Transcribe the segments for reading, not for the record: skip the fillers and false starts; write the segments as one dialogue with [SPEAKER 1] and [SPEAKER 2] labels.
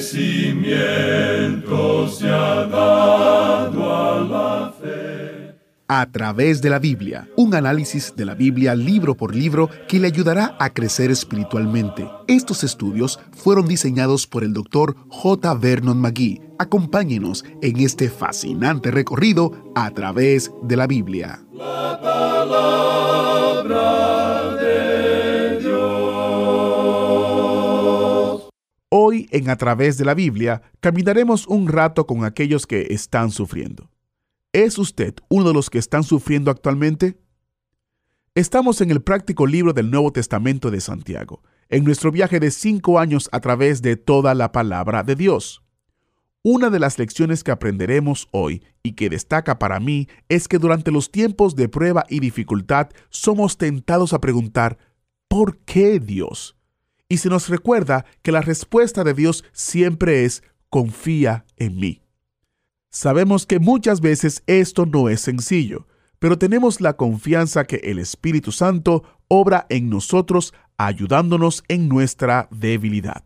[SPEAKER 1] crecimiento se ha dado a la fe.
[SPEAKER 2] A través de la Biblia, un análisis de la Biblia libro por libro que le ayudará a crecer espiritualmente. Estos estudios fueron diseñados por el Dr. J. Vernon McGee. Acompáñenos en este fascinante recorrido a través de la Biblia.
[SPEAKER 1] La palabra de Dios.
[SPEAKER 2] Hoy en A través de la Biblia caminaremos un rato con aquellos que están sufriendo. ¿Es usted uno de los que están sufriendo actualmente? Estamos en el práctico libro del Nuevo Testamento de Santiago, en nuestro viaje de 5 años a través de toda la palabra de Dios. Una de las lecciones que aprenderemos hoy y que destaca para mí es que durante los tiempos de prueba y dificultad somos tentados a preguntar ¿por qué Dios? Y se nos recuerda que la respuesta de Dios siempre es confía en mí. Sabemos que muchas veces esto no es sencillo, pero tenemos la confianza que el Espíritu Santo obra en nosotros ayudándonos en nuestra debilidad.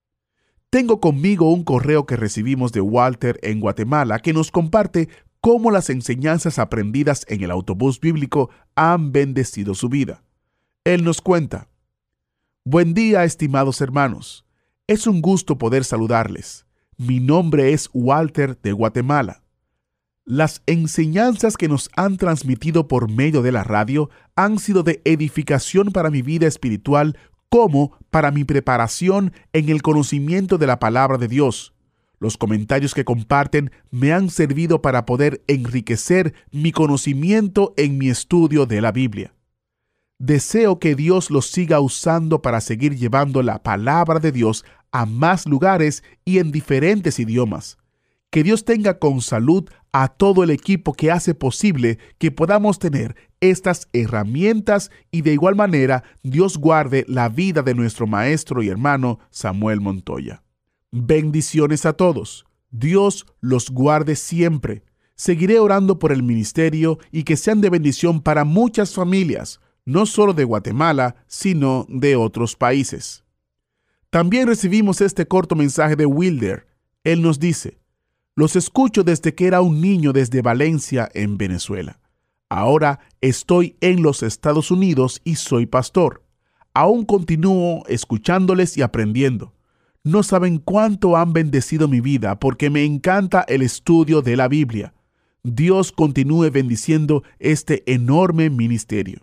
[SPEAKER 2] Tengo conmigo un correo que recibimos de Walter en Guatemala que nos comparte cómo las enseñanzas aprendidas en el autobús bíblico han bendecido su vida. Él nos cuenta: Buen día, estimados hermanos. Es un gusto poder saludarles. Mi nombre es Walter de Guatemala. Las enseñanzas que nos han transmitido por medio de la radio han sido de edificación para mi vida espiritual como para mi preparación en el conocimiento de la palabra de Dios. Los comentarios que comparten me han servido para poder enriquecer mi conocimiento en mi estudio de la Biblia. Deseo que Dios los siga usando para seguir llevando la palabra de Dios a más lugares y en diferentes idiomas. Que Dios tenga con salud a todo el equipo que hace posible que podamos tener estas herramientas y de igual manera Dios guarde la vida de nuestro maestro y hermano Samuel Montoya. Bendiciones a todos. Dios los guarde siempre. Seguiré orando por el ministerio y que sean de bendición para muchas familias, no solo de Guatemala, sino de otros países. También recibimos este corto mensaje de Wilder. Él nos dice: Los escucho desde que era un niño desde Valencia, en Venezuela. Ahora estoy en los Estados Unidos y soy pastor. Aún continúo escuchándoles y aprendiendo. No saben cuánto han bendecido mi vida porque me encanta el estudio de la Biblia. Dios continúe bendiciendo este enorme ministerio.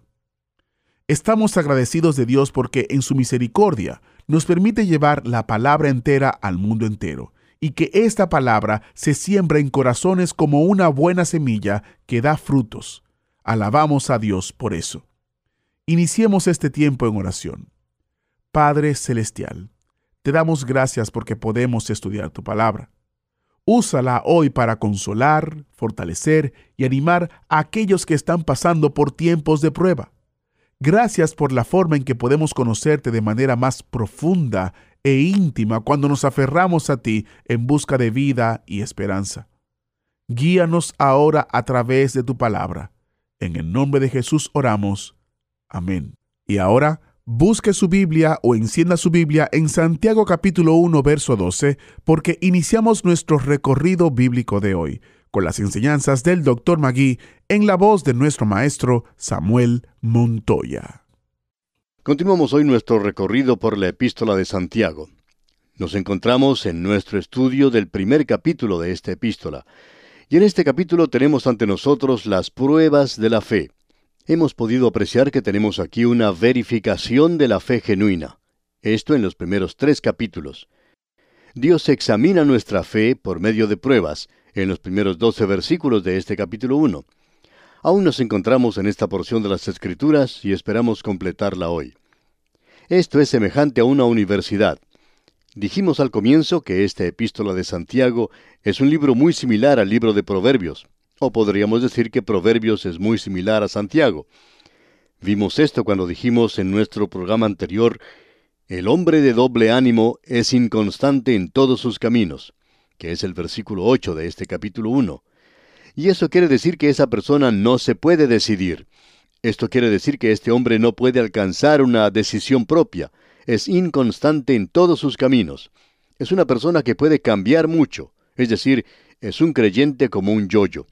[SPEAKER 2] Estamos agradecidos de Dios porque en su misericordia nos permite llevar la palabra entera al mundo entero y que esta palabra se siembra en corazones como una buena semilla que da frutos. Alabamos a Dios por eso. Iniciemos este tiempo en oración. Padre Celestial, te damos gracias porque podemos estudiar tu palabra. Úsala hoy para consolar, fortalecer y animar a aquellos que están pasando por tiempos de prueba. Gracias por la forma en que podemos conocerte de manera más profunda e íntima cuando nos aferramos a ti en busca de vida y esperanza. Guíanos ahora a través de tu palabra. En el nombre de Jesús oramos. Amén. Y ahora, busque su Biblia o encienda su Biblia en Santiago capítulo 1, verso 12, porque iniciamos nuestro recorrido bíblico de hoy, con las enseñanzas del Dr. McGee en la voz de nuestro maestro Samuel Montoya.
[SPEAKER 3] Continuamos hoy nuestro recorrido por la epístola de Santiago. Nos encontramos en nuestro estudio del primer capítulo de esta epístola. Y en este capítulo tenemos ante nosotros las pruebas de la fe. Hemos podido apreciar que tenemos aquí una verificación de la fe genuina. Esto en los primeros 3 capítulos. Dios examina nuestra fe por medio de pruebas, en los primeros 12 versículos de este capítulo 1. Aún nos encontramos en esta porción de las Escrituras y esperamos completarla hoy. Esto es semejante a una universidad. Dijimos al comienzo que esta epístola de Santiago es un libro muy similar al libro de Proverbios, o podríamos decir que Proverbios es muy similar a Santiago. Vimos esto cuando dijimos en nuestro programa anterior: el hombre de doble ánimo es inconstante en todos sus caminos, que es el versículo 8 de este capítulo 1. Y eso quiere decir que esa persona no se puede decidir. Esto quiere decir que este hombre no puede alcanzar una decisión propia. Es inconstante en todos sus caminos. Es una persona que puede cambiar mucho, es decir, es un creyente como un yoyo.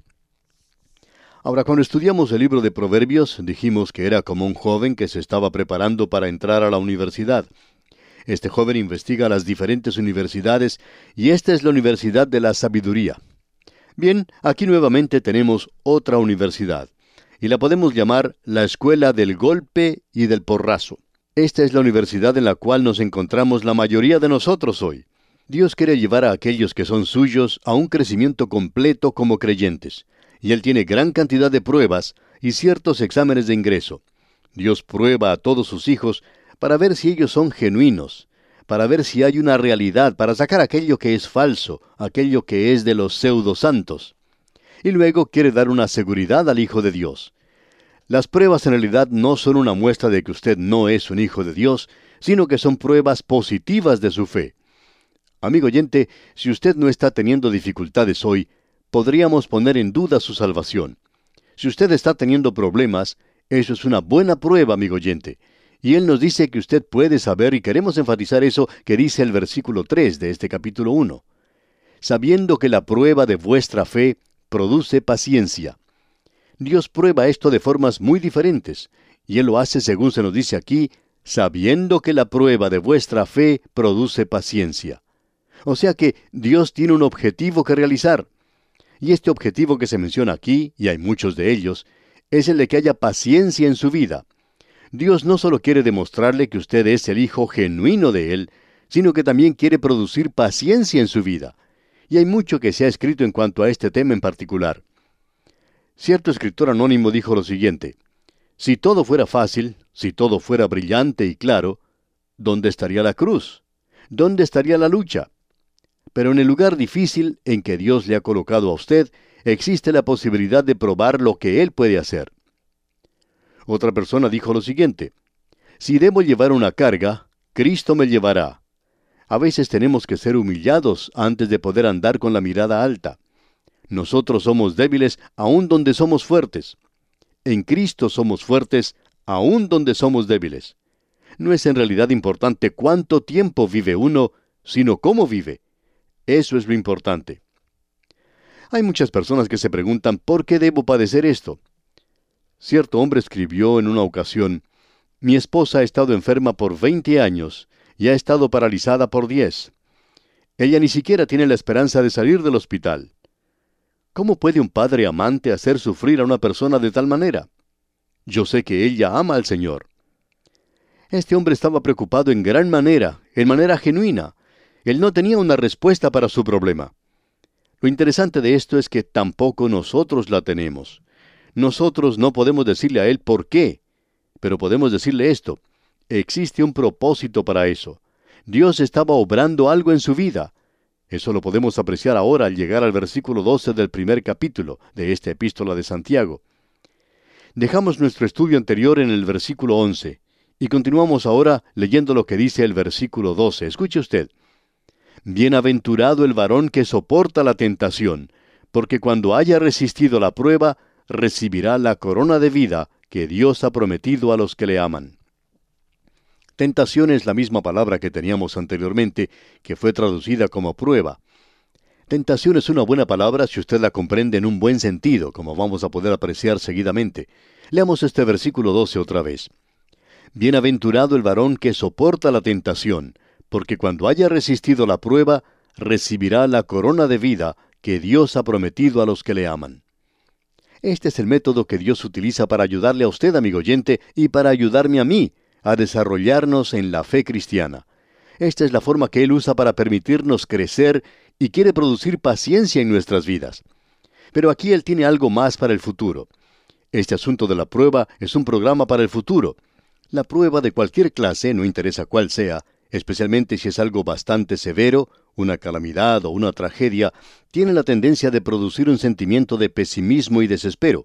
[SPEAKER 3] Ahora, cuando estudiamos el libro de Proverbios, dijimos que era como un joven que se estaba preparando para entrar a la universidad. Este joven investiga las diferentes universidades y esta es la Universidad de la Sabiduría. Bien, aquí nuevamente tenemos otra universidad y la podemos llamar la Escuela del Golpe y del Porrazo. Esta es la universidad en la cual nos encontramos la mayoría de nosotros hoy. Dios quiere llevar a aquellos que son suyos a un crecimiento completo como creyentes. Y Él tiene gran cantidad de pruebas y ciertos exámenes de ingreso. Dios prueba a todos sus hijos para ver si ellos son genuinos, para ver si hay una realidad, para sacar aquello que es falso, aquello que es de los pseudosantos. Y luego quiere dar una seguridad al Hijo de Dios. Las pruebas en realidad no son una muestra de que usted no es un hijo de Dios, sino que son pruebas positivas de su fe. Amigo oyente, si usted no está teniendo dificultades hoy, podríamos poner en duda su salvación. Si usted está teniendo problemas, eso es una buena prueba, amigo oyente. Y Él nos dice que usted puede saber, y queremos enfatizar eso que dice el versículo 3 de este capítulo 1. Sabiendo que la prueba de vuestra fe produce paciencia. Dios prueba esto de formas muy diferentes, y Él lo hace según se nos dice aquí, sabiendo que la prueba de vuestra fe produce paciencia. O sea que Dios tiene un objetivo que realizar. Y este objetivo que se menciona aquí, y hay muchos de ellos, es el de que haya paciencia en su vida. Dios no solo quiere demostrarle que usted es el hijo genuino de Él, sino que también quiere producir paciencia en su vida. Y hay mucho que se ha escrito en cuanto a este tema en particular. Cierto escritor anónimo dijo lo siguiente: si todo fuera fácil, si todo fuera brillante y claro, ¿dónde estaría la cruz? ¿Dónde estaría la lucha? Pero en el lugar difícil en que Dios le ha colocado a usted, existe la posibilidad de probar lo que Él puede hacer. Otra persona dijo lo siguiente: si debo llevar una carga, Cristo me llevará. A veces tenemos que ser humillados antes de poder andar con la mirada alta. Nosotros somos débiles aun donde somos fuertes. En Cristo somos fuertes aun donde somos débiles. No es en realidad importante cuánto tiempo vive uno, sino cómo vive. Eso es lo importante. Hay muchas personas que se preguntan, ¿por qué debo padecer esto? Cierto hombre escribió en una ocasión: mi esposa ha estado enferma por 20 años y ha estado paralizada por 10. Ella ni siquiera tiene la esperanza de salir del hospital. ¿Cómo puede un padre amante hacer sufrir a una persona de tal manera? Yo sé que ella ama al Señor. Este hombre estaba preocupado en gran manera, en manera genuina. Él no tenía una respuesta para su problema. Lo interesante de esto es que tampoco nosotros la tenemos. Nosotros no podemos decirle a Él por qué, pero podemos decirle esto: existe un propósito para eso. Dios estaba obrando algo en su vida. Eso lo podemos apreciar ahora al llegar al versículo 12 del primer capítulo de esta epístola de Santiago. Dejamos nuestro estudio anterior en el versículo 11 y continuamos ahora leyendo lo que dice el versículo 12. Escuche usted: bienaventurado el varón que soporta la tentación, porque cuando haya resistido la prueba, recibirá la corona de vida que Dios ha prometido a los que le aman. Tentación es la misma palabra que teníamos anteriormente, que fue traducida como prueba. Tentación es una buena palabra si usted la comprende en un buen sentido, como vamos a poder apreciar seguidamente. Leamos este versículo 12 otra vez. Bienaventurado el varón que soporta la tentación, porque cuando haya resistido la prueba, recibirá la corona de vida que Dios ha prometido a los que le aman. Este es el método que Dios utiliza para ayudarle a usted, amigo oyente, y para ayudarme a mí, a desarrollarnos en la fe cristiana. Esta es la forma que Él usa para permitirnos crecer y quiere producir paciencia en nuestras vidas. Pero aquí Él tiene algo más para el futuro. Este asunto de la prueba es un programa para el futuro. La prueba de cualquier clase, no interesa cuál sea, especialmente si es algo bastante severo, una calamidad o una tragedia, tiene la tendencia de producir un sentimiento de pesimismo y desespero.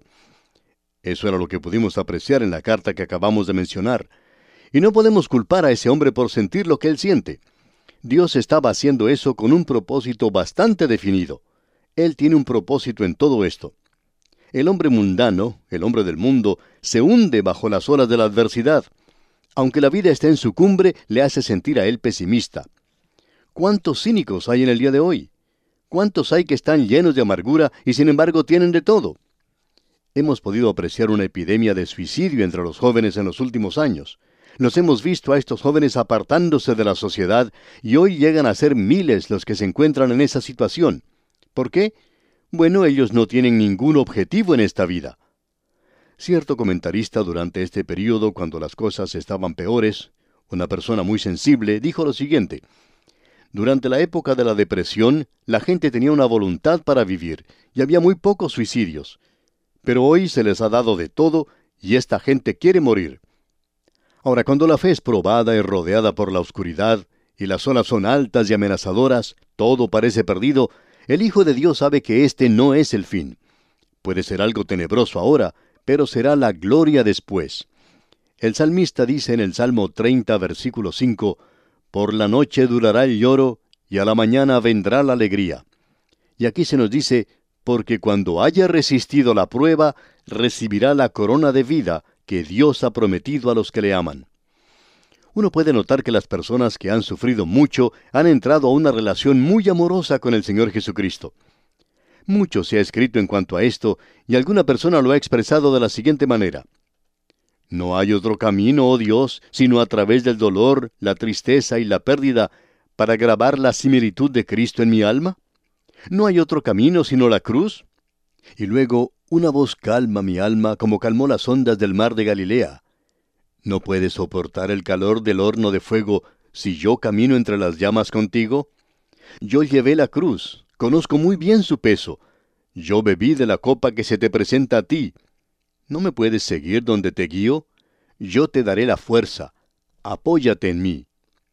[SPEAKER 3] Eso era lo que pudimos apreciar en la carta que acabamos de mencionar. Y no podemos culpar a ese hombre por sentir lo que él siente. Dios estaba haciendo eso con un propósito bastante definido. Él tiene un propósito en todo esto. El hombre mundano, el hombre del mundo, se hunde bajo las olas de la adversidad. Aunque la vida esté en su cumbre, le hace sentir a él pesimista. ¿Cuántos cínicos hay en el día de hoy? ¿Cuántos hay que están llenos de amargura y sin embargo tienen de todo? Hemos podido apreciar una epidemia de suicidio entre los jóvenes en los últimos años. Los hemos visto a estos jóvenes apartándose de la sociedad y hoy llegan a ser miles los que se encuentran en esa situación. ¿Por qué? Bueno, ellos no tienen ningún objetivo en esta vida. Cierto comentarista durante este período, cuando las cosas estaban peores, una persona muy sensible, dijo lo siguiente: durante la época de la depresión, la gente tenía una voluntad para vivir y había muy pocos suicidios. Pero hoy se les ha dado de todo y esta gente quiere morir. Ahora, cuando la fe es probada y rodeada por la oscuridad, y las olas son altas y amenazadoras, todo parece perdido, el Hijo de Dios sabe que este no es el fin. Puede ser algo tenebroso ahora, pero será la gloria después. El salmista dice en el Salmo 30, versículo 5, «Por la noche durará el lloro, y a la mañana vendrá la alegría». Y aquí se nos dice, «Porque cuando haya resistido la prueba, recibirá la corona de vida que Dios ha prometido a los que le aman». Uno puede notar que las personas que han sufrido mucho han entrado a una relación muy amorosa con el Señor Jesucristo. Mucho se ha escrito en cuanto a esto, y alguna persona lo ha expresado de la siguiente manera: «No hay otro camino, oh Dios, sino a través del dolor, la tristeza y la pérdida, para grabar la similitud de Cristo en mi alma. ¿No hay otro camino sino la cruz?». Y luego, una voz calma mi alma como calmó las ondas del mar de Galilea. ¿No puedes soportar el calor del horno de fuego si yo camino entre las llamas contigo? Yo llevé la cruz, conozco muy bien su peso. Yo bebí de la copa que se te presenta a ti. ¿No me puedes seguir donde te guío? Yo te daré la fuerza. Apóyate en mí.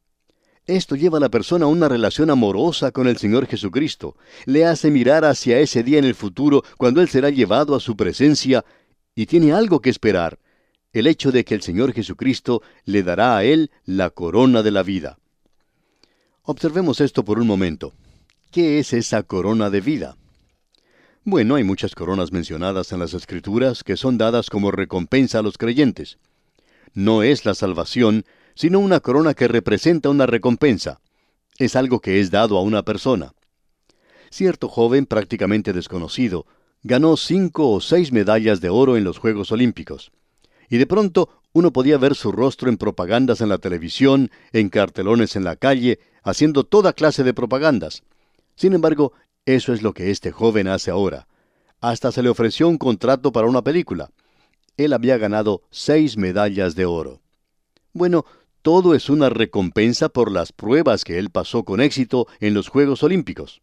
[SPEAKER 3] Esto lleva a la persona a una relación amorosa con el Señor Jesucristo. Le hace mirar hacia ese día en el futuro cuando Él será llevado a su presencia y tiene algo que esperar: el hecho de que el Señor Jesucristo le dará a él la corona de la vida. Observemos esto por un momento. ¿Qué es esa corona de vida? Bueno, hay muchas coronas mencionadas en las Escrituras que son dadas como recompensa a los creyentes. No es la salvación, sino una corona que representa una recompensa. Es algo que es dado a una persona. Cierto joven prácticamente desconocido ganó 5 o 6 medallas de oro en los Juegos Olímpicos. Y de pronto uno podía ver su rostro en propagandas en la televisión, en cartelones en la calle, haciendo toda clase de propagandas. Sin embargo, eso es lo que este joven hace ahora. Hasta se le ofreció un contrato para una película. Él había ganado 6 medallas de oro. Bueno, todo es una recompensa por las pruebas que él pasó con éxito en los Juegos Olímpicos.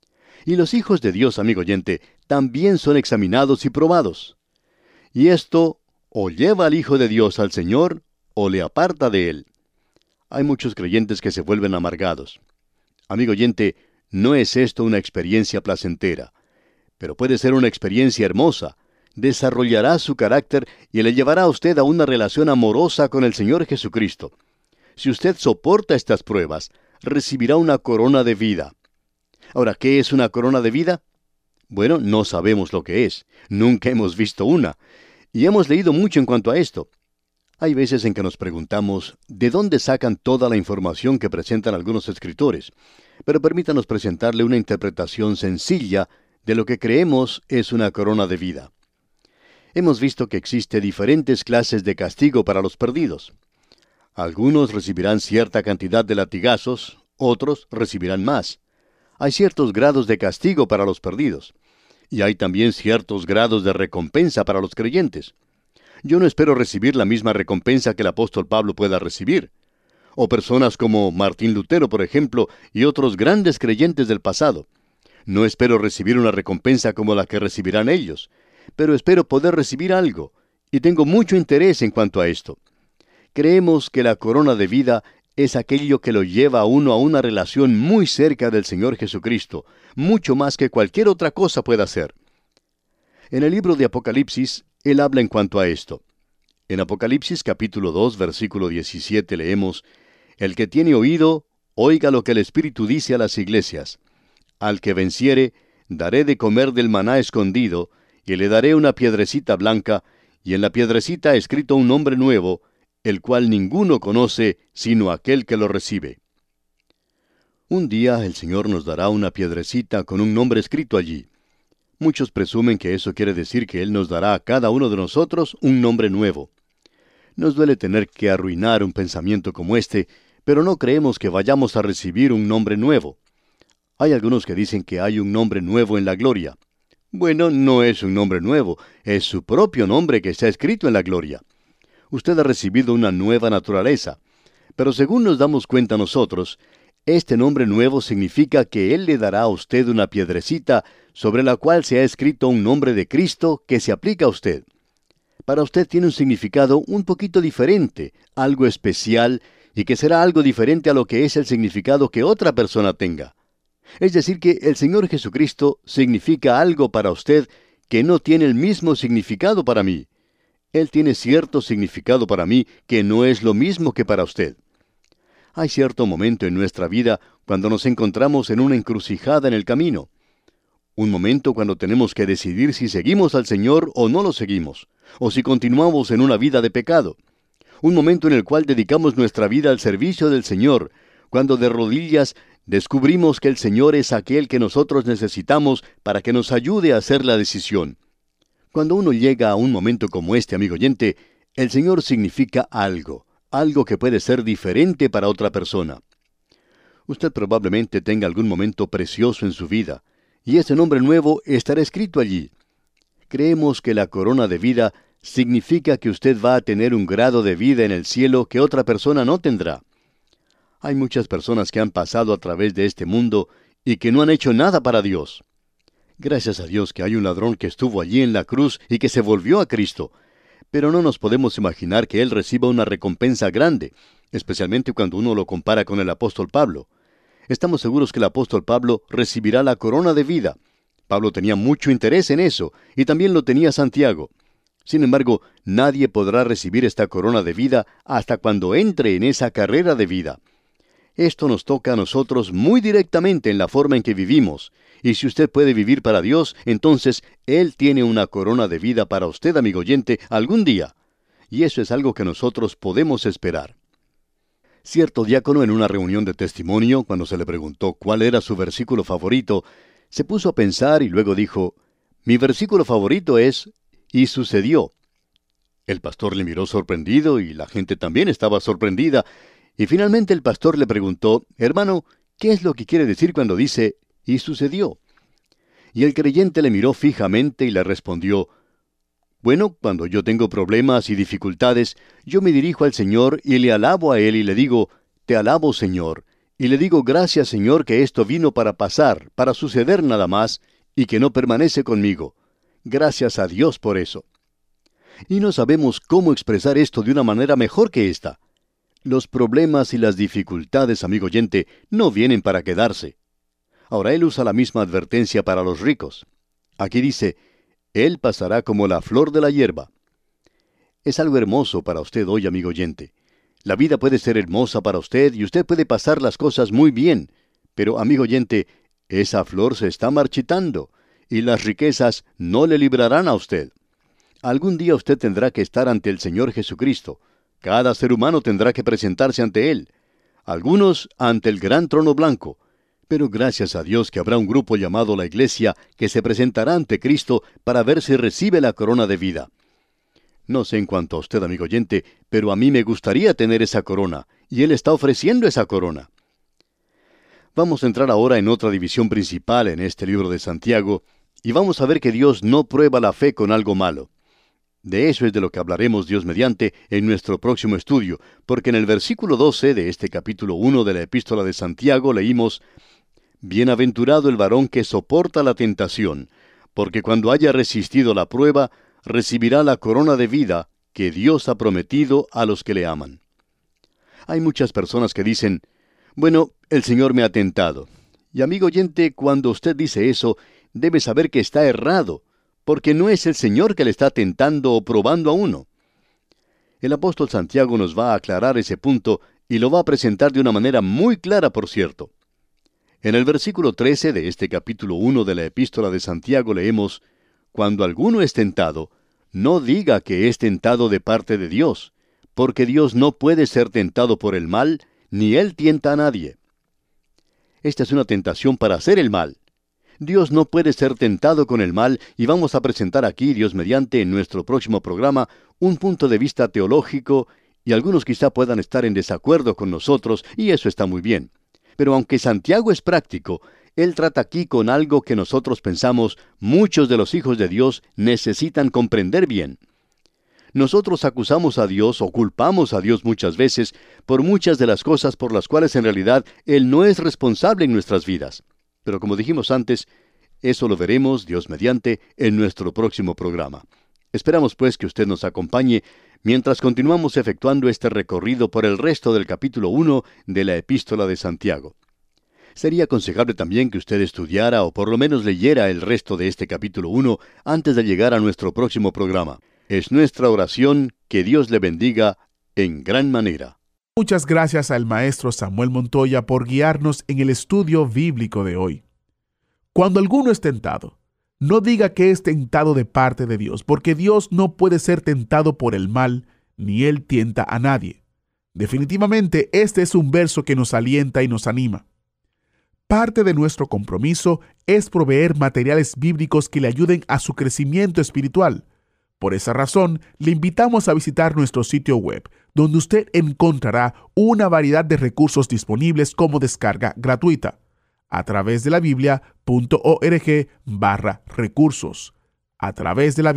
[SPEAKER 3] Y los hijos de Dios, amigo oyente, también son examinados y probados. Y esto o lleva al Hijo de Dios al Señor, o le aparta de Él. Hay muchos creyentes que se vuelven amargados. Amigo oyente, no es esto una experiencia placentera, pero puede ser una experiencia hermosa. Desarrollará su carácter y le llevará a usted a una relación amorosa con el Señor Jesucristo. Si usted soporta estas pruebas, recibirá una corona de vida. Ahora, ¿qué es una corona de vida? Bueno, no sabemos lo que es. Nunca hemos visto una. Y hemos leído mucho en cuanto a esto. Hay veces en que nos preguntamos, ¿de dónde sacan toda la información que presentan algunos escritores? Pero permítanos presentarle una interpretación sencilla de lo que creemos es una corona de vida. Hemos visto que existe diferentes clases de castigo para los perdidos. Algunos recibirán cierta cantidad de latigazos, otros recibirán más. Hay ciertos grados de castigo para los perdidos. Y hay también ciertos grados de recompensa para los creyentes. Yo no espero recibir la misma recompensa que el apóstol Pablo pueda recibir. O personas como Martín Lutero, por ejemplo, y otros grandes creyentes del pasado. No espero recibir una recompensa como la que recibirán ellos, pero espero poder recibir algo, y tengo mucho interés en cuanto a esto. Creemos que la corona de vida es aquello que lo lleva a uno a una relación muy cerca del Señor Jesucristo, mucho más que cualquier otra cosa pueda hacer. En el libro de Apocalipsis, él habla en cuanto a esto. En Apocalipsis capítulo 2, versículo 17 leemos: «El que tiene oído, oiga lo que el Espíritu dice a las iglesias. Al que venciere, daré de comer del maná escondido, y le daré una piedrecita blanca, y en la piedrecita escrito un nombre nuevo, el cual ninguno conoce sino aquel que lo recibe». Un día el Señor nos dará una piedrecita con un nombre escrito allí. Muchos presumen que eso quiere decir que Él nos dará a cada uno de nosotros un nombre nuevo. Nos duele tener que arruinar un pensamiento como este, pero no creemos que vayamos a recibir un nombre nuevo. Hay algunos que dicen que hay un nombre nuevo en la gloria. Bueno, no es un nombre nuevo, es su propio nombre que está escrito en la gloria. Usted ha recibido una nueva naturaleza, pero según nos damos cuenta nosotros, este nombre nuevo significa que Él le dará a usted una piedrecita sobre la cual se ha escrito un nombre de Cristo que se aplica a usted. Para usted tiene un significado un poquito diferente, algo especial, y que será algo diferente a lo que es el significado que otra persona tenga. Es decir, que el Señor Jesucristo significa algo para usted que no tiene el mismo significado para mí. Él tiene cierto significado para mí que no es lo mismo que para usted. Hay cierto momento en nuestra vida cuando nos encontramos en una encrucijada en el camino. Un momento cuando tenemos que decidir si seguimos al Señor o no lo seguimos, o si continuamos en una vida de pecado. Un momento en el cual dedicamos nuestra vida al servicio del Señor, cuando de rodillas descubrimos que el Señor es aquel que nosotros necesitamos para que nos ayude a hacer la decisión. Cuando uno llega a un momento como este, amigo oyente, el Señor significa algo que puede ser diferente para otra persona. Usted probablemente tenga algún momento precioso en su vida, y ese nombre nuevo estará escrito allí. Creemos que la corona de vida significa que usted va a tener un grado de vida en el cielo que otra persona no tendrá. Hay muchas personas que han pasado a través de este mundo y que no han hecho nada para Dios. Gracias a Dios que hay un ladrón que estuvo allí en la cruz y que se volvió a Cristo. Pero no nos podemos imaginar que él reciba una recompensa grande, especialmente cuando uno lo compara con el apóstol Pablo. Estamos seguros que el apóstol Pablo recibirá la corona de vida. Pablo tenía mucho interés en eso, y también lo tenía Santiago. Sin embargo, nadie podrá recibir esta corona de vida hasta cuando entre en esa carrera de vida. Esto nos toca a nosotros muy directamente en la forma en que vivimos, y si usted puede vivir para Dios, entonces Él tiene una corona de vida para usted, amigo oyente, algún día. Y eso es algo que nosotros podemos esperar. Cierto diácono en una reunión de testimonio, cuando se le preguntó cuál era su versículo favorito, se puso a pensar y luego dijo, «Mi versículo favorito es, y sucedió». El pastor le miró sorprendido y la gente también estaba sorprendida, y finalmente el pastor le preguntó, «Hermano, ¿qué es lo que quiere decir cuando dice, y sucedió?» Y el creyente le miró fijamente y le respondió, «Bueno, cuando yo tengo problemas y dificultades, yo me dirijo al Señor y le alabo a Él y le digo, Te alabo, Señor, y le digo, gracias, Señor, que esto vino para pasar, para suceder nada más, y que no permanece conmigo. Gracias a Dios por eso». Y no sabemos cómo expresar esto de una manera mejor que esta. Los problemas y las dificultades, amigo oyente, no vienen para quedarse. Ahora él usa la misma advertencia para los ricos. Aquí dice, Él pasará como la flor de la hierba. Es algo hermoso para usted hoy, amigo oyente. La vida puede ser hermosa para usted y usted puede pasar las cosas muy bien. Pero, amigo oyente, esa flor se está marchitando y las riquezas no le librarán a usted. Algún día usted tendrá que estar ante el Señor Jesucristo. Cada ser humano tendrá que presentarse ante Él. Algunos ante el gran trono blanco. Pero gracias a Dios que habrá un grupo llamado la Iglesia que se presentará ante Cristo para ver si recibe la corona de vida. No sé en cuanto a usted, amigo oyente, pero a mí me gustaría tener esa corona, y Él está ofreciendo esa corona. Vamos a entrar ahora en otra división principal en este libro de Santiago, y vamos a ver que Dios no prueba la fe con algo malo. De eso es de lo que hablaremos, Dios mediante, en nuestro próximo estudio, porque en el versículo 12 de este capítulo 1 de la Epístola de Santiago leímos, «Bienaventurado el varón que soporta la tentación, porque cuando haya resistido la prueba, recibirá la corona de vida que Dios ha prometido a los que le aman». Hay muchas personas que dicen, «Bueno, el Señor me ha tentado». Y amigo oyente, cuando usted dice eso, debe saber que está errado, porque no es el Señor que le está tentando o probando a uno. El apóstol Santiago nos va a aclarar ese punto y lo va a presentar de una manera muy clara, por cierto. En el versículo 13 de este capítulo 1 de la Epístola de Santiago leemos, «Cuando alguno es tentado, no diga que es tentado de parte de Dios, porque Dios no puede ser tentado por el mal, ni Él tienta a nadie». Esta es una tentación para hacer el mal. Dios no puede ser tentado con el mal y vamos a presentar aquí, Dios mediante, en nuestro próximo programa, un punto de vista teológico y algunos quizá puedan estar en desacuerdo con nosotros y eso está muy bien. Pero aunque Santiago es práctico, él trata aquí con algo que nosotros pensamos muchos de los hijos de Dios necesitan comprender bien. Nosotros acusamos a Dios o culpamos a Dios muchas veces por muchas de las cosas por las cuales en realidad Él no es responsable en nuestras vidas. Pero como dijimos antes, eso lo veremos, Dios mediante, en nuestro próximo programa. Esperamos pues que usted nos acompañe mientras continuamos efectuando este recorrido por el resto del capítulo 1 de la Epístola de Santiago. Sería aconsejable también que usted estudiara o por lo menos leyera el resto de este capítulo 1 antes de llegar a nuestro próximo programa. Es nuestra oración que Dios le bendiga en gran manera.
[SPEAKER 2] Muchas gracias al maestro Samuel Montoya por guiarnos en el estudio bíblico de hoy. Cuando alguno es tentado, no diga que es tentado de parte de Dios, porque Dios no puede ser tentado por el mal, ni Él tienta a nadie. Definitivamente, este es un verso que nos alienta y nos anima. Parte de nuestro compromiso es proveer materiales bíblicos que le ayuden a su crecimiento espiritual. Por esa razón, le invitamos a visitar nuestro sitio web, donde usted encontrará una variedad de recursos disponibles como descarga gratuita, a través de la Biblia.org/recursos, a través de la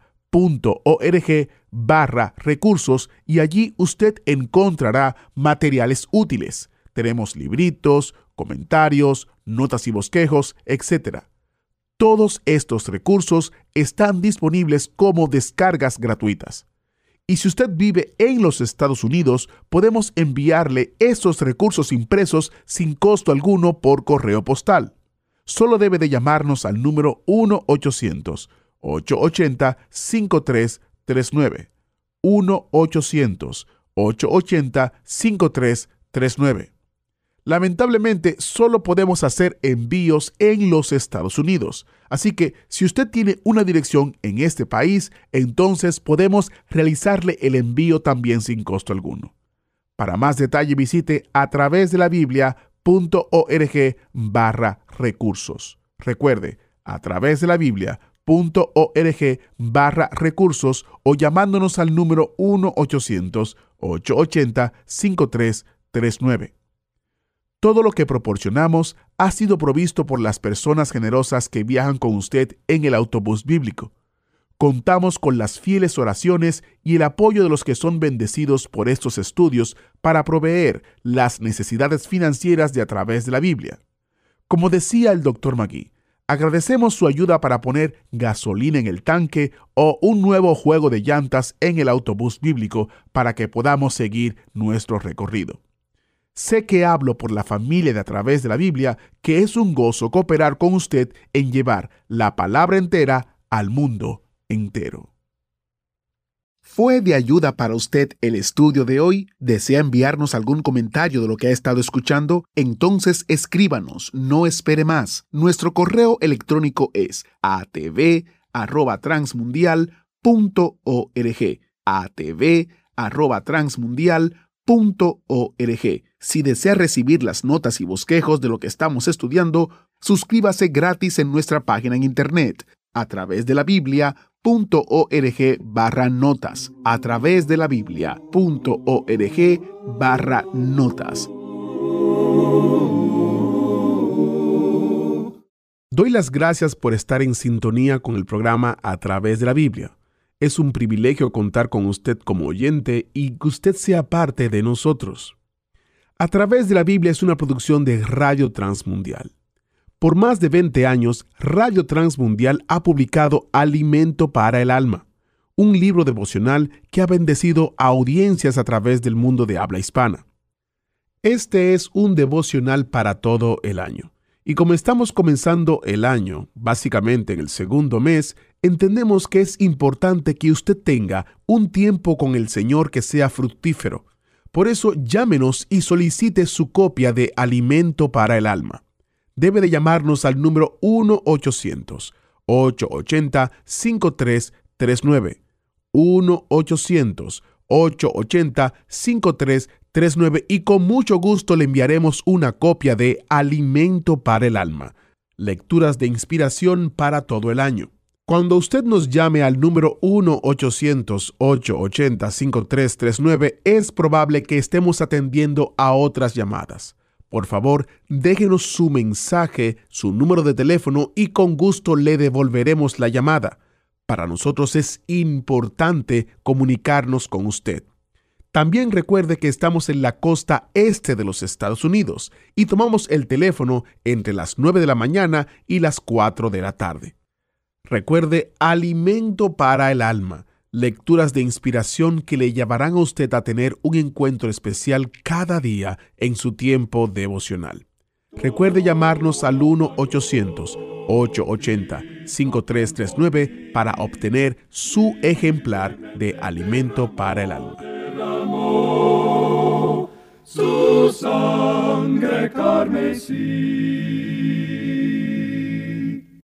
[SPEAKER 2] Biblia.org/recursos, y allí usted encontrará materiales útiles. Tenemos libritos, comentarios, notas y bosquejos, etc. Todos estos recursos están disponibles como descargas gratuitas. Y si usted vive en los Estados Unidos, podemos enviarle esos recursos impresos sin costo alguno por correo postal. Solo debe de llamarnos al número 1-800-880-5339. 1-800-880-5339. Lamentablemente, solo podemos hacer envíos en los Estados Unidos. Así que, si usted tiene una dirección en este país, entonces podemos realizarle el envío también sin costo alguno. Para más detalle, visite a través de la Biblia.org/recursos. Recuerde, a través de la Biblia.org/recursos o llamándonos al número 1-800-880-5339. Todo lo que proporcionamos ha sido provisto por las personas generosas que viajan con usted en el autobús bíblico. Contamos con las fieles oraciones y el apoyo de los que son bendecidos por estos estudios para proveer las necesidades financieras de A Través de la Biblia. Como decía el Dr. Magui, agradecemos su ayuda para poner gasolina en el tanque o un nuevo juego de llantas en el autobús bíblico para que podamos seguir nuestro recorrido. Sé que hablo por la familia de A Través de la Biblia, que es un gozo cooperar con usted en llevar la palabra entera al mundo entero. ¿Fue de ayuda para usted el estudio de hoy? ¿Desea enviarnos algún comentario de lo que ha estado escuchando? Entonces escríbanos, no espere más. Nuestro correo electrónico es atv@transmundial.org. atv@transmundial.org. Si desea recibir las notas y bosquejos de lo que estamos estudiando, suscríbase gratis en nuestra página en internet, a través de la Biblia.org/notas, a través de la Biblia.org/notas. Doy las gracias por estar en sintonía con el programa A Través de la Biblia. Es un privilegio contar con usted como oyente y que usted sea parte de nosotros. A Través de la Biblia es una producción de Radio Transmundial. Por más de 20 años, Radio Transmundial ha publicado Alimento para el Alma, un libro devocional que ha bendecido a audiencias a través del mundo de habla hispana. Este es un devocional para todo el año. Y como estamos comenzando el año, básicamente en el segundo mes, entendemos que es importante que usted tenga un tiempo con el Señor que sea fructífero. Por eso, llámenos y solicite su copia de Alimento para el Alma. Debe de llamarnos al número 1-800-880-5339. 1-800-880-5339. 5339 y con mucho gusto le enviaremos una copia de Alimento para el Alma, lecturas de inspiración para todo el año. Cuando usted nos llame al número 1-800-880-5339, es probable que estemos atendiendo a otras llamadas. Por favor, déjenos su mensaje, su número de teléfono y con gusto le devolveremos la llamada. Para nosotros es importante comunicarnos con usted. También recuerde que estamos en la costa este de los Estados Unidos y tomamos el teléfono entre las 9 de la mañana y las 4 de la tarde. Recuerde, Alimento para el Alma, lecturas de inspiración que le llevarán a usted a tener un encuentro especial cada día en su tiempo devocional. Recuerde llamarnos al 1-800-880-5339 para obtener su ejemplar de Alimento para el Alma.
[SPEAKER 1] Su sangre carmesí.